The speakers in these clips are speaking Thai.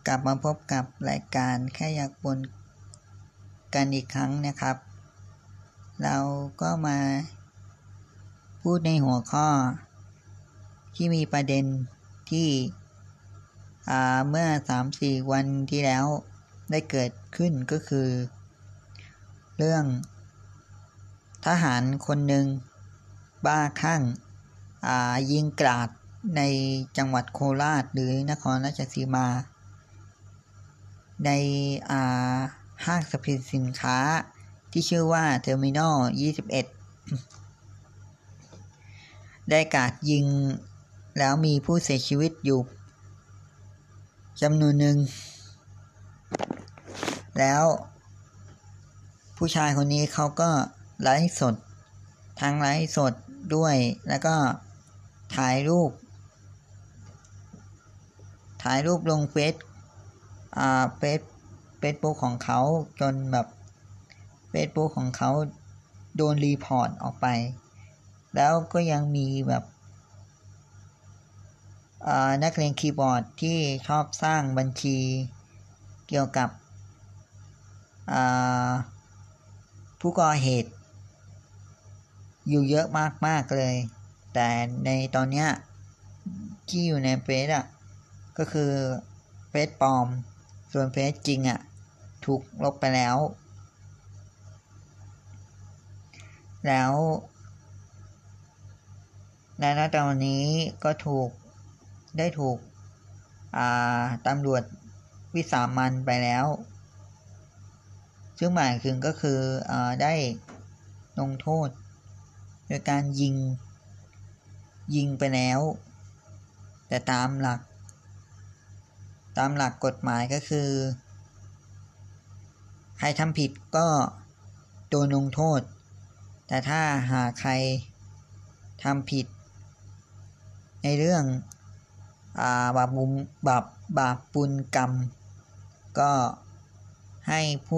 กลับมาพบกับรายการแค่อยากบ่นกันอีกครั้งนะครับเราก็มาพูดในหัวข้อที่มีประเด็นที่เมื่อ 3-4 วันที่แล้วได้เกิดขึ้นก็คือเรื่องทหารคนหนึ่งบ้าคลั่งยิงกราดในจังหวัดโคราชหรือนครราชสีมาในห้างสรรพสินค้าที่ชื่อว่าเทอร์มินอล 21 ได้กราดยิงแล้วมีผู้เสียชีวิตอยู่จำนวนหนึ่งแล้วผู้ชายคนนี้เขาก็ไลฟ์สดทั้งไลฟ์สดด้วยแล้วก็ถ่ายรูปลงเฟซบุ๊กของเขาจนแบบเฟซบุ๊กของเขาโดนรีพอร์ตออกไปแล้วก็ยังมีแบบนักเลงคีย์บอร์ดที่ชอบสร้างบัญชีเกี่ยวกับผู้ก่อเหตุอยู่เยอะมากๆเลยแต่ในตอนเนี้ยที่อยู่ในเฟซก็คือเฟซปลอมส่วนเฟซจริงถูกลบไปแล้วและตอนนี้ก็ได้ถูกตำรวจวิสามัญไปแล้วซึ่งหมายถึงก็คือได้ลงโทษโดยการยิงไปแล้วแต่ตามหลักกฎหมายก็คือใครทำผิดก็โดนลงโทษแต่ถ้าหากใครทำผิดในเรื่องบาปบุญกรรมก็ให้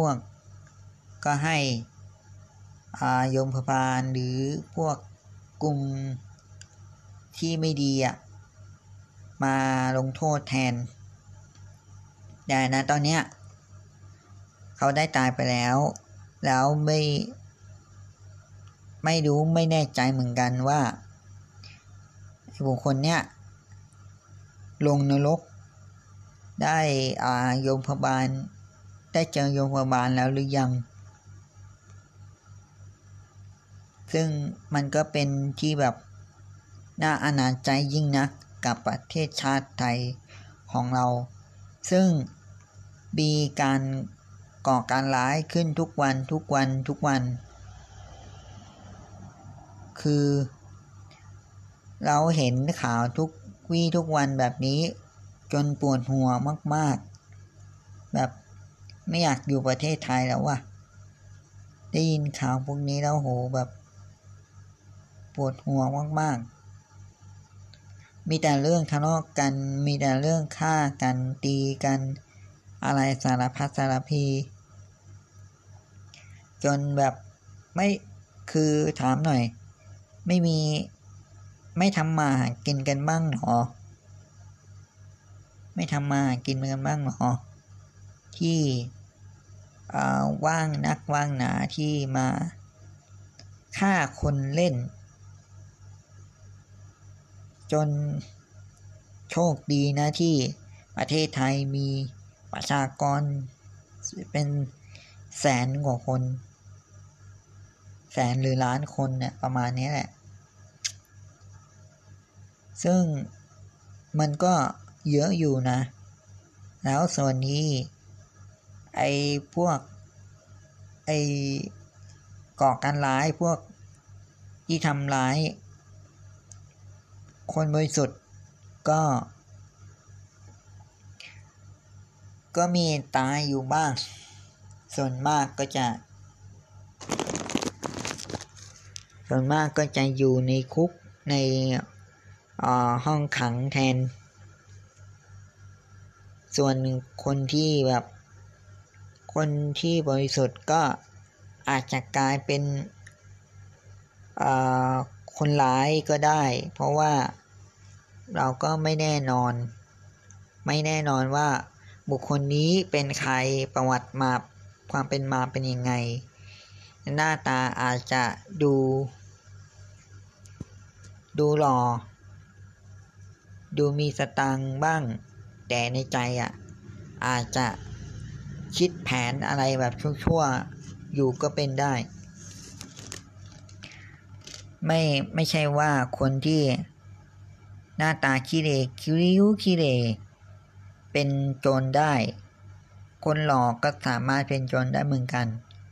ยมบาลหรือพวกกลุ่มที่ไม่ดีมาลงโทษแทนแต่นะตอนเนี้ยเขาได้ตายไปแล้วไม่รู้ไม่แน่ใจเหมือนกันว่าบุคคลเนี้ยลงนรกได้โยมพบาลได้เจอโยมพบาลแล้วหรือยังซึ่งมันก็เป็นที่แบบน่าอนาจใจยิ่งนักกับประเทศชาติไทยของเราซึ่งมีการก่อการร้ายขึ้นทุกวันคือเราเห็นข่าวทุกวันแบบนี้จนปวดหัวมากๆแบบไม่อยากอยู่ประเทศไทยแล้วได้ยินข่าวพวกนี้แล้วโหแบบปวดหัวมากๆมีแต่เรื่องทะเลาะกันมีแต่เรื่องฆ่ากันตีกันอะไรสารพัดสารพีจนแบบไม่คือถามหน่อยไม่ทำมาหากินกันบ้างหรอไม่ทำมาหากินกันบ้างหรอที่ว่างนักว่างหนาที่มาฆ่าคนเล่นจนโชคดีนะที่ประเทศไทยมีประชากรเป็นแสนกว่าคนแสนหรือล้านคนเนี่ยประมาณนี้แหละซึ่งมันก็เยอะอยู่นะแล้วส่วนนี้พวกก่อการร้ายพวกที่ทำร้ายคนบริสุทธิ์ก็มีตายอยู่บ้างส่วนมากก็จะอยู่ในคุกในห้องขังแทนส่วนคนที่บริสุทธิ์ก็อาจจะกลายเป็นคนร้ายก็ได้เพราะว่าเราก็ไม่แน่นอนว่าบุคคลนี้เป็นใครประวัติมาความเป็นมาเป็นยังไงหน้าตาอาจจะดูหล่อดูมีสตังค์บ้างแต่ในใจอาจจะคิดแผนอะไรแบบชั่วๆอยู่ก็เป็นได้ไม่ใช่ว่าคนที่หน้าตาขี้เหร่คิ้วขี้เหร่เป็นโจรได้คนหล่อก็สามารถเป็นโจรได้เหมือนกัน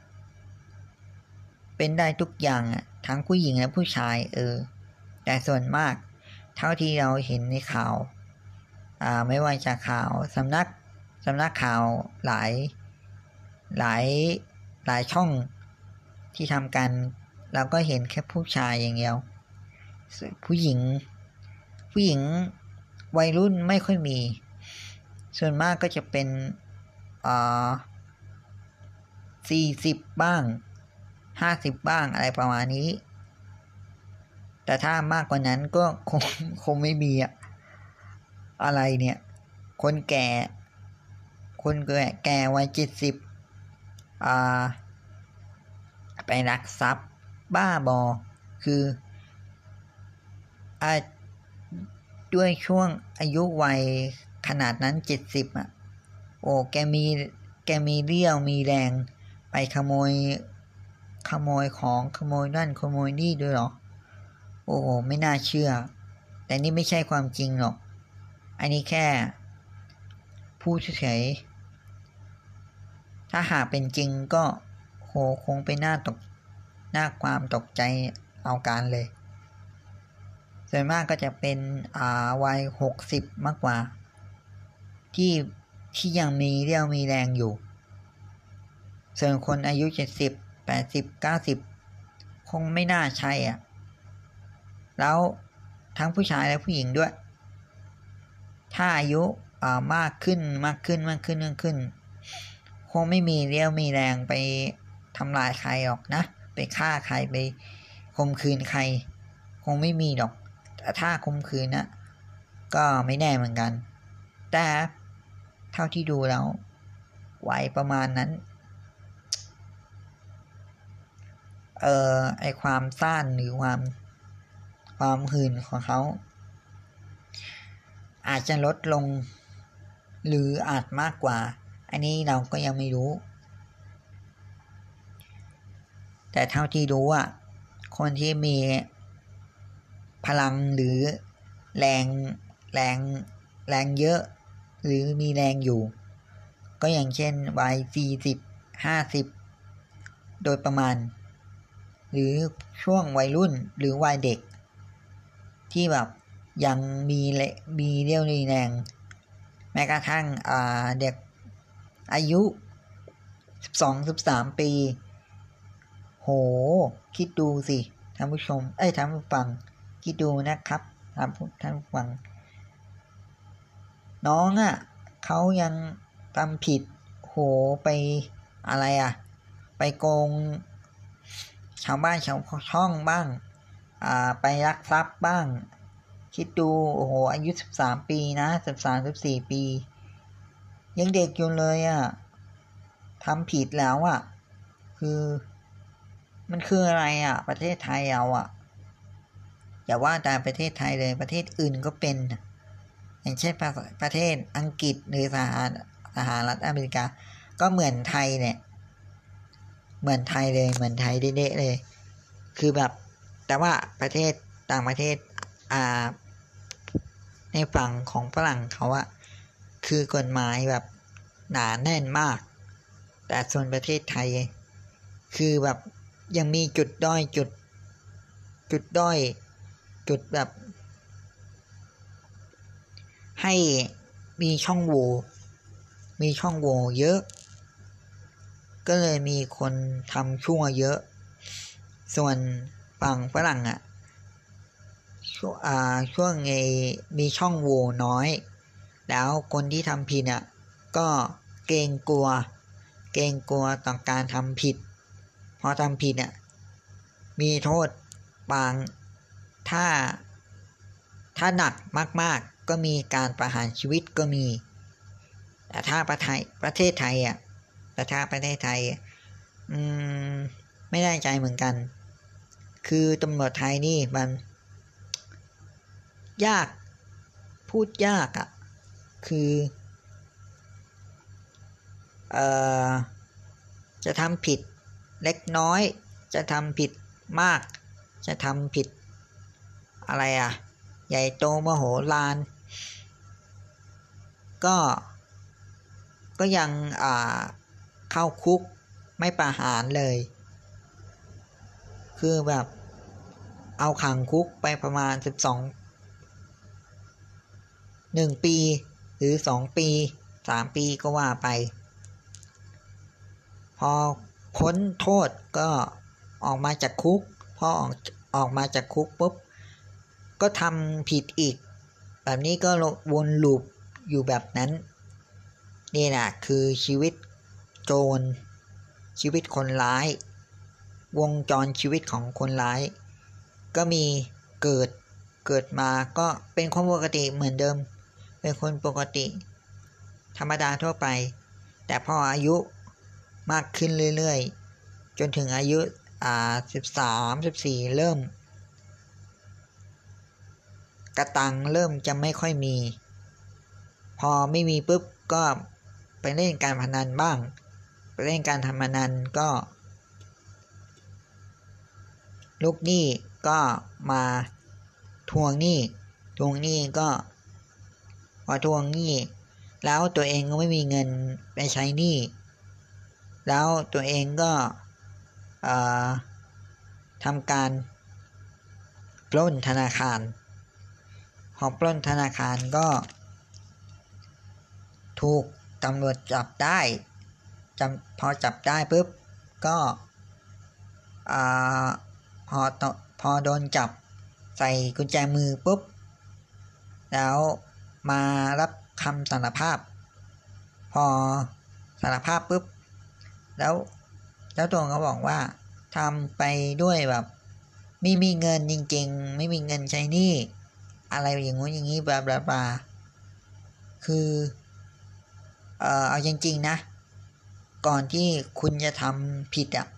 เป็นได้ทุกอย่างทั้งผู้หญิงและผู้ชายแต่ส่วนมากเท่าที่เราเห็นในข่าวไม่ว่าจะข่าวสำนักข่าวหลายช่องที่ทำกันเราก็เห็นแค่ผู้ชายอย่างเดียวผู้หญิงวัยรุ่นไม่ค่อยมีส่วนมากก็จะเป็น40บ้าง50บ้างอะไรประมาณนี้แต่ถ้ามากกว่านั้นก็คงไม่มีอะไรเนี่ยคนแก่วัย70ไปรักทรัพย์บ้าบอคือด้วยช่วงอายุวัยขนาดนั้น70แกมีเรี่ยวมีแรงไปขโมยของขโมยนั่นขโมยนี่ด้วยหรอไม่น่าเชื่อแต่นี่ไม่ใช่ความจริงหรอกอันนี้แค่พูดเฉยๆถ้าหากเป็นจริงก็คงเป็นหน้าความตกใจเอาการเลยส่วนมากก็จะเป็นวัย60มากกว่าที่ยังมีเรี่ยวมีแรงอยู่ส่วนคนอายุ70 80 90คงไม่น่าใช่แล้วทั้งผู้ชายและผู้หญิงด้วยถ้าอายุมากขึ้นคงไม่มีเรี่ยวมีแรงไปทำลายใครหรอกนะไปฆ่าใครไปข่มขืนใครคงไม่มีหรอกแต่ถ้าข่มขืนก็ไม่แน่เหมือนกันแต่เท่าที่ดูแล้ววัยประมาณนั้นไอความซ่านหรือความหื่นของเขาอาจจะลดลงหรืออาจมากกว่าอันนี้เราก็ยังไม่รู้แต่เท่าที่รู้คนที่มีพลังหรือแรงเยอะหรือมีแรงอยู่ก็อย่างเช่นวัย40 50โดยประมาณหรือช่วงวัยรุ่นหรือวัยเด็กที่แบบยังมีเรี่ยวมีแรงแม้กระทั่งเด็กอายุ12-13 ปีคิดดูสิท่านผู้ชมท่านผู้ฟังคิดดูนะครับท่านผู้ฟังน้องเขายังทำผิดไปอะไรไปโกงชาวบ้านชาวช่องบ้างไปลักทรัพย์บ้างคิดดูอายุ13 ปีนะ13-14 ปียังเด็กอยู่เลยทำผิดแล้วคือมันคืออะไรประเทศไทยเราอย่าว่าแต่ประเทศไทยเลยประเทศอื่นก็เป็นอย่างเช่นประเทศอังกฤษหรือสหรัฐอเมริกาก็เหมือนไทยเนี่ยเหมือนไทยเลยเหมือนไทยเด๊ะๆเลยคือแบบแต่ว่าประเทศต่างประเทศในฝั่งของฝรั่งเขาคือกฎหมายแบบหนาแน่นมากแต่ส่วนประเทศไทยคือแบบยังมีจุดด้อยจุดแบบให้มีช่องโหว่เยอะก็เลยมีคนทำชั่วเยอะส่วนฝั่งฝรั่งช่วงมีช่องโหว่น้อยแล้วคนที่ทำผิดก็เกรงกลัวต่อการทำผิดพอทำผิดมีโทษบางถ้าหนักมากๆก็มีการประหารชีวิตก็มีแต่ถ้าประเทศไทยอ่ะแต่ถ้าประเทศไทยไม่แน่ใจเหมือนกันคือตำรวจไทยนี่มันยากพูดยากอ่ะคือจะทำผิดเล็กน้อยจะทำผิดมากจะทำผิดอะไรอ่ะใหญ่โตมโหฬารก็ยังเข้าคุกไม่ประหารเลยคือแบบเอาขังคุกไปประมาณ1 ปีหรือ2 ปี3 ปีก็ว่าไปพอพ้นโทษก็ออกมาจากคุกพอออกมาจากคุกปุ๊บก็ทำผิดอีกแบบนี้ก็วนลูปอยู่แบบนั้นนี่แหละคือชีวิตโจรชีวิตคนร้ายวงจรชีวิตของคนร้ายก็มีเกิดมาก็เป็นคนปกติเหมือนเดิมเป็นคนปกติธรรมดาทั่วไปแต่พออายุมากขึ้นเรื่อยๆจนถึงอายุ13-14เริ่มกระตังเริ่มจะไม่ค่อยมีพอไม่มีปุ๊บก็ไปเล่นการพนันบ้างไปเล่นการพนันก็ลูกหนี้ก็มาทวงหนี้ก็พอทวงหนี้แล้วตัวเองก็ไม่มีเงินไปใช้หนี้แล้วตัวเองก็ทำการปล้นธนาคารพอปล้นธนาคารก็ถูกตำรวจจับได้พอจับได้ปุ๊บก็พอโดนจับใส่กุญแจมือปุ๊บแล้วมารับคำสารภาพพอสารภาพปุ๊บแล้วตัวเขาบอกว่าทำไปด้วยแบบไม่มีเงินจริงๆไม่มีเงินใช้หนี้อะไรอย่างงู้นอย่างนี้บลาบลาบลาคือเอาจริงๆนะก่อนที่คุณจะทำผิดอ่ะ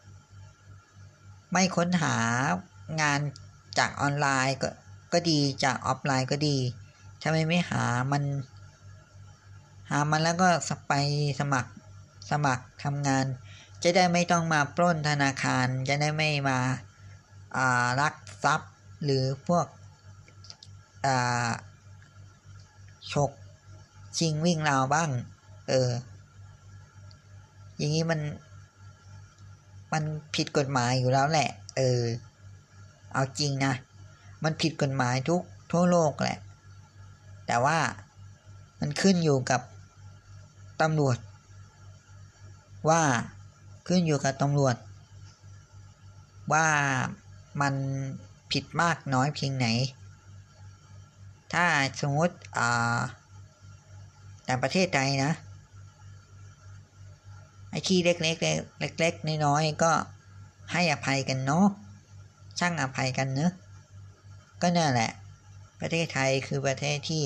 ไม่ค้นหางานจากออนไลน์ก็ดีจากออฟไลน์ก็ดีทำไมไม่หามันแล้วก็ไปสมัครทำงานจะได้ไม่ต้องมาปล้นธนาคารจะได้ไม่มาลักทรัพย์หรือพวกฉกชิงวิ่งราวบ้างอย่างนี้มันผิดกฎหมายอยู่แล้วแหละเอาจริงนะมันผิดกฎหมายทั่วโลกแหละแต่ว่ามันขึ้นอยู่กับตำรวจว่ามันผิดมากน้อยเพียงไหนถ้าสมมติแต่ประเทศใดนะไอ้ที่เล็กน้อยๆก็ให้อภัยกันเนาะช่างอภัยกันเนอะก็นั่นแหละประเทศไทยคือประเทศที่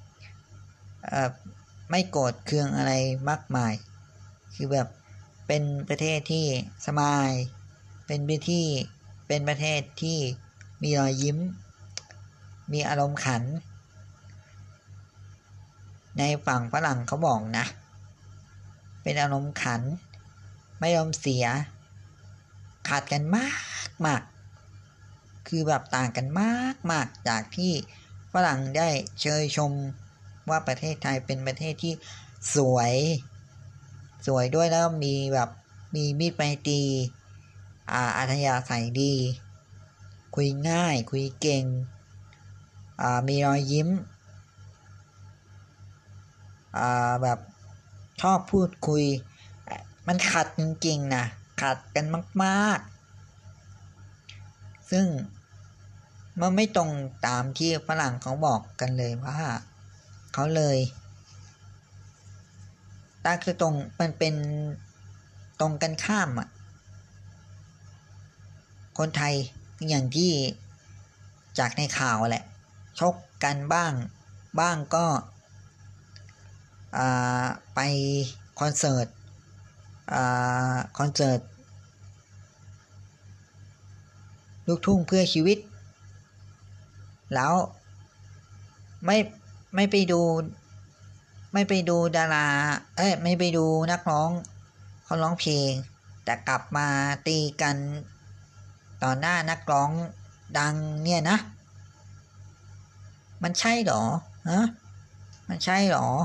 ไม่โกรธเคืองอะไรมากมายคือแบบเป็นประเทศที่สบายเป็นประเทศที่มีรอยยิ้มมีอารมณ์ขันในฝั่งฝรั่งเขาบอกนะเป็นอารมณ์ขันไม่อารมณ์เสียขาดกันมากคือแบบต่างกันมากจากที่ฝรั่งได้เชยชมว่าประเทศไทยเป็นประเทศที่สวยด้วยแล้วมีแบบมีมิตรไมตรีอัธยาศัยดีคุยง่ายคุยเก่งมีรอยยิ้มแบบชอบพูดคุยมันขัดจริงๆนะขัดกันมากๆซึ่งมันไม่ตรงตามที่ฝรั่งเขาบอกกันเลยว่าเขาเลยแต่คือตรงมันเป็นตรงกันข้ามคนไทยอย่างที่จากในข่าวแหละชกกันบ้างก็ไปคอนเสิร์ตลูกทุ่งเพื่อชีวิตแล้วไม่ไปดูดาราไม่ไปดูนักร้องเขาร้องเพลงแต่กลับมาตีกันต่อหน้านักร้องดังเนี่ยนะมันใช่หรอฮะมันใช่หรอ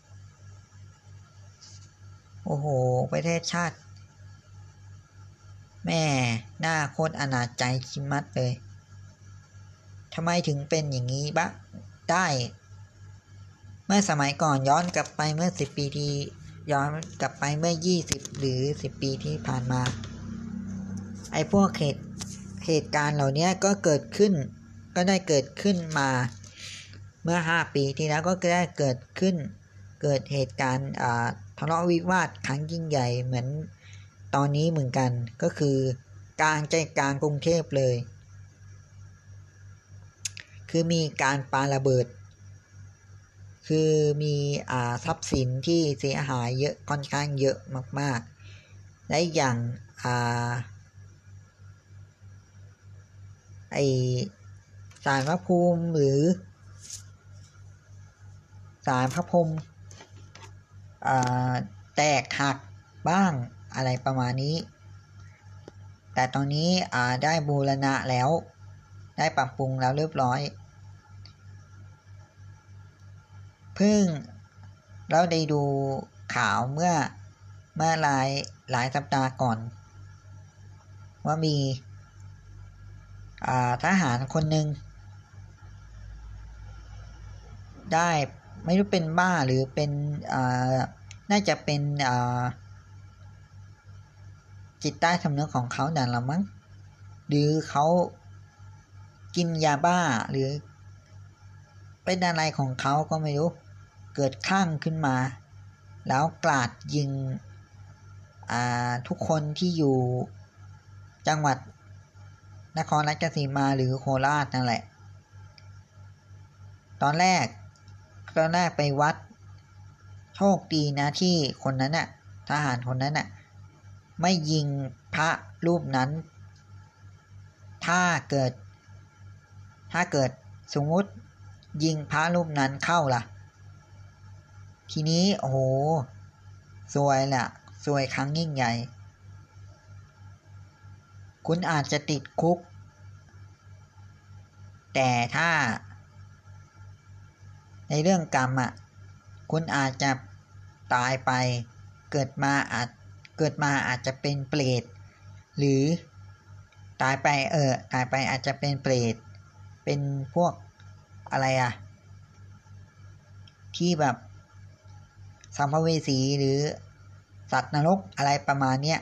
โอ้โหประเทศชาติแม่หน้าโคตรอนาจใจชิมัดเลยทำไมถึงเป็นอย่างนี้บ้างได้เมื่อสมัยก่อนย้อนกลับไปเมื่อ10 ปีที่ย้อนกลับไปเมื่อ20หรือ10 ปีที่ผ่านมาไอ้พวกเหตุการณ์เหล่านี้ก็ได้เกิดขึ้นมาเมื่อ5 ปีที่แล้วก็ได้เกิดเหตุการณ์ทะเลาะวิวาทครั้งยิ่งใหญ่เหมือนตอนนี้เหมือนกันก็คือกลางใจกลางกรุงเทพเลยคือมีการปาระเบิดคือมีทรัพย์สินที่เสียหายเยอะค่อนข้างเยอะมากๆและอย่างไอศาลพระภูมิหรือศาลพระพรหมแตกหักบ้างอะไรประมาณนี้แต่ตอนนี้ได้บูรณะแล้วได้ปรับปรุงแล้วเรียบร้อยเพิ่งเราได้ดูข่าวเมื่อหลายสัปดาห์ก่อนว่ามีทหารคนหนึ่งได้ไม่รู้เป็นบ้าหรือเป็นน่าจะเป็นจิตใต้สำนึกของเขาดันละมั้งหรือเขากินยาบ้าหรือเป็นอะไรของเขาก็ไม่รู้เกิดคลั่งขึ้นมาแล้วกราดยิงทุกคนที่อยู่จังหวัดนครราชสีมาหรือโคราชนั่นแหละตอนแรกไปวัดโชคดีนะที่คนนั้นน่ะทหารคนนั้นน่ะไม่ยิงพระรูปนั้นถ้าเกิดสมมุติยิงพระรูปนั้นเข้าล่ะทีนี้โอ้โหซวยแหละซวยครั้งยิ่งใหญ่คุณอาจจะติดคุกแต่ถ้าในเรื่องกรรมคุณอาจจะตายไปเกิดมาอาจจะเป็นเปรตหรือตายไปอาจจะเป็นเปรตเป็นพวกอะไรที่แบบสัมภเวสีหรือสัตว์นรกอะไรประมาณเนี้ย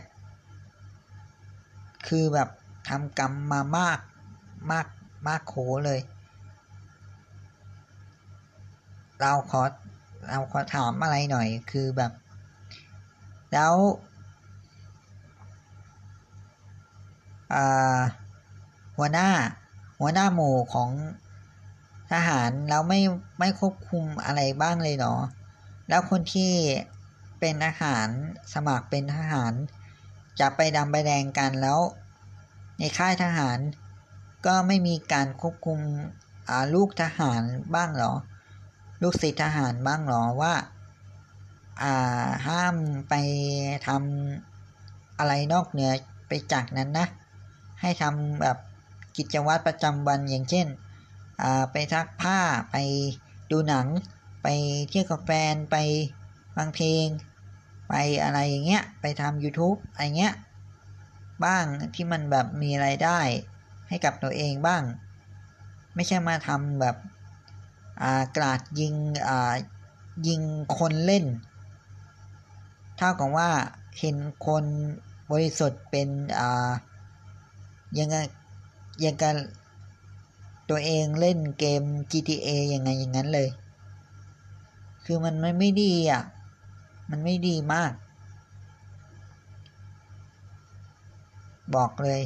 คือแบบทำกรรมมามากโขเลยเราขอถามอะไรหน่อยคือแบบแล้วหัวหน้าหมู่ของทหารเราไม่ควบคุมอะไรบ้างเลยเหรอแล้วคนที่เป็นทหารสมัครเป็นทหารจะไปดำไปแดงกันแล้วในค่ายทหารก็ไม่มีการควบคุมลูกทหารบ้างเหรอลูกศิษย์ทหารบ้างเหรอว่าห้ามไปทำอะไรนอกเหนือไปจากนั้นนะให้ทำแบบกิจวัตรประจำวันอย่างเช่นไปซักผ้าไปดูหนังไปเที่ยวกับแฟนไปฟังเพลงไปอะไรอย่างเงี้ยไปทำ YouTube อะไรเงี้ยบ้างที่มันแบบมีรายได้ให้กับตัวเองบ้างไม่ใช่มาทำแบบกราดยิงคนเล่นเท่ากับว่าเห็นคนบริสุทธิ์เป็นยังกันตัวเองเล่นเกม GTA อย่างนั้นเลยคือมันไม่ดีมันไม่ดีมากบอกเลย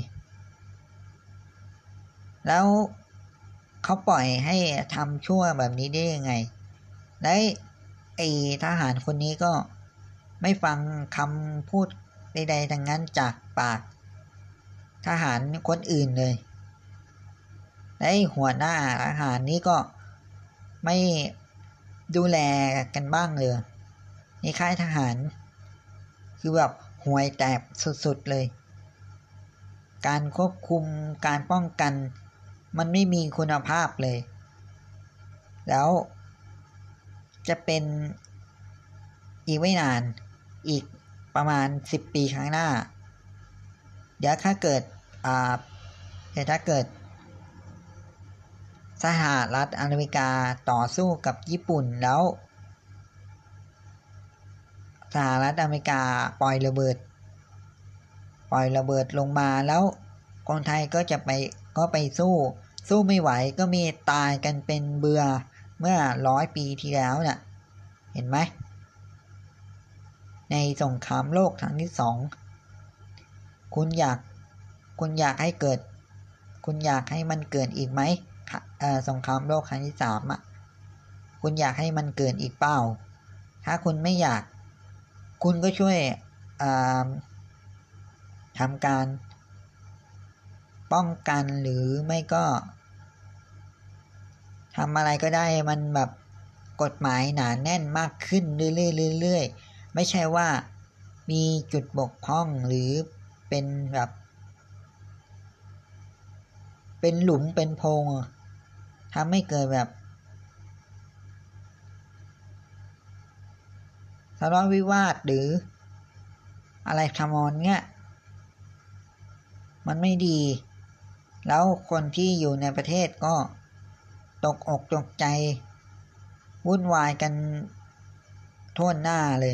แล้วเขาปล่อยให้ทำชั่วแบบนี้ได้ยังไงและไอ้ทหารคนนี้ก็ไม่ฟังคำพูดใดๆทั้งนั้นจากปากทหารคนอื่นเลยและหัวหน้าทหารนี้ก็ไม่ดูแลกันบ้างเลยในค่ายทหารคือแบบห่วยแตกสุดๆเลยการควบคุมการป้องกันมันไม่มีคุณภาพเลยแล้วจะเป็นอีกไม่นานอีกประมาณ10 ปีข้างหน้าเดี๋ยวถ้าเกิดสหรัฐอเมริกาต่อสู้กับญี่ปุ่นแล้วสหรัฐอเมริกาปล่อยระเบิดลงมาแล้วคนไทยก็ไปสู้ไม่ไหวก็มีตายกันเป็นเบื่อเมื่อ100 ปีที่แล้วน่ะเห็นไหมในสงครามโลกครั้งที่2คุณอยากให้มันเกิดอีกไหมสงครามโลกครั้งที่3คุณอยากให้มันเกิดอีกเปล่าถ้าคุณไม่อยากคุณก็ช่วยทำการป้องกันหรือไม่ก็ทำอะไรก็ได้มันแบบกฎหมายหนาแน่นมากขึ้นเรื่อยๆไม่ใช่ว่ามีจุดบกพร่องหรือเป็นแบบเป็นหลุมเป็นโพรงทำให้เกิดแบบทะเลาะวิวาทหรืออะไรทำนองเนี้ยมันไม่ดีแล้วคนที่อยู่ในประเทศก็ตกอกตกใจวุ่นวายกันทั่วหน้าเลย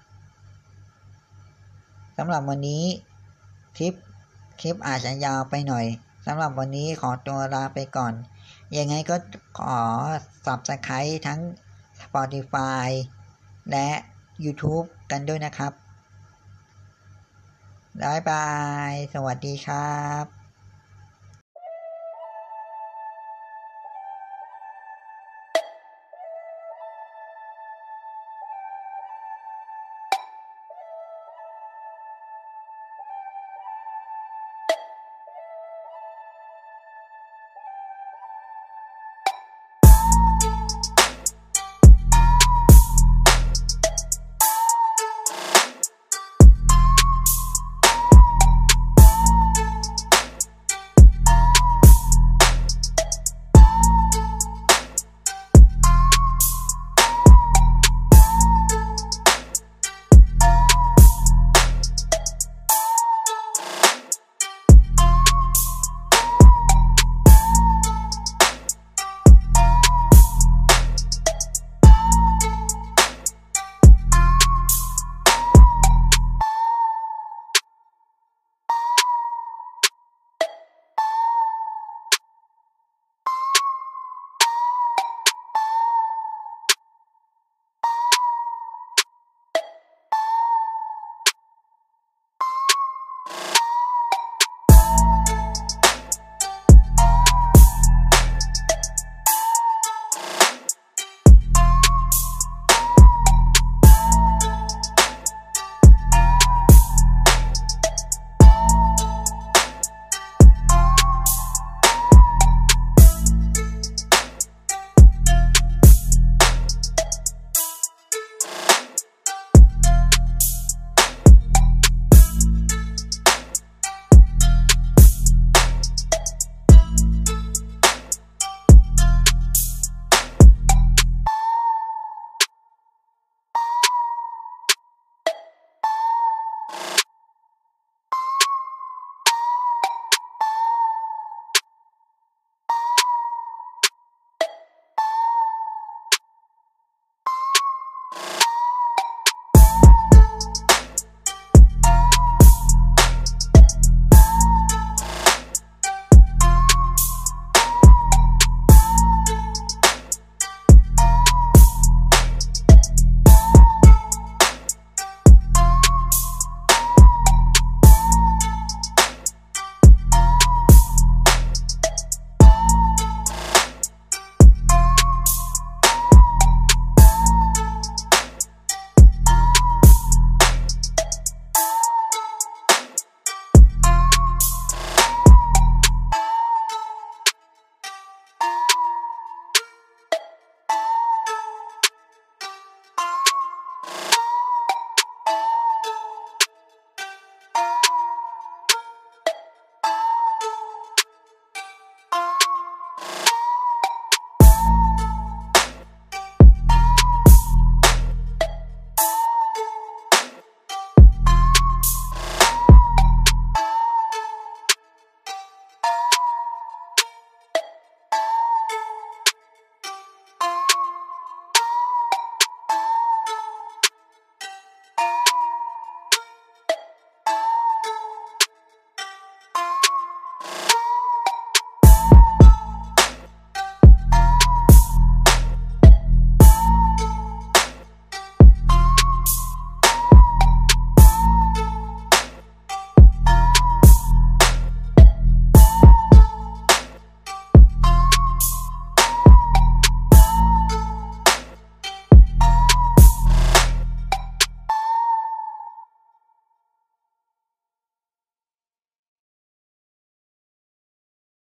สำหรับวันนี้คลิปอาจจะยาวไปหน่อยสำหรับวันนี้ขอตัวลาไปก่อนยังไงก็ขอ Subscribe ทั้ง Spotify และ YouTube กันด้วยนะครับบ๊ายบายสวัสดีครับ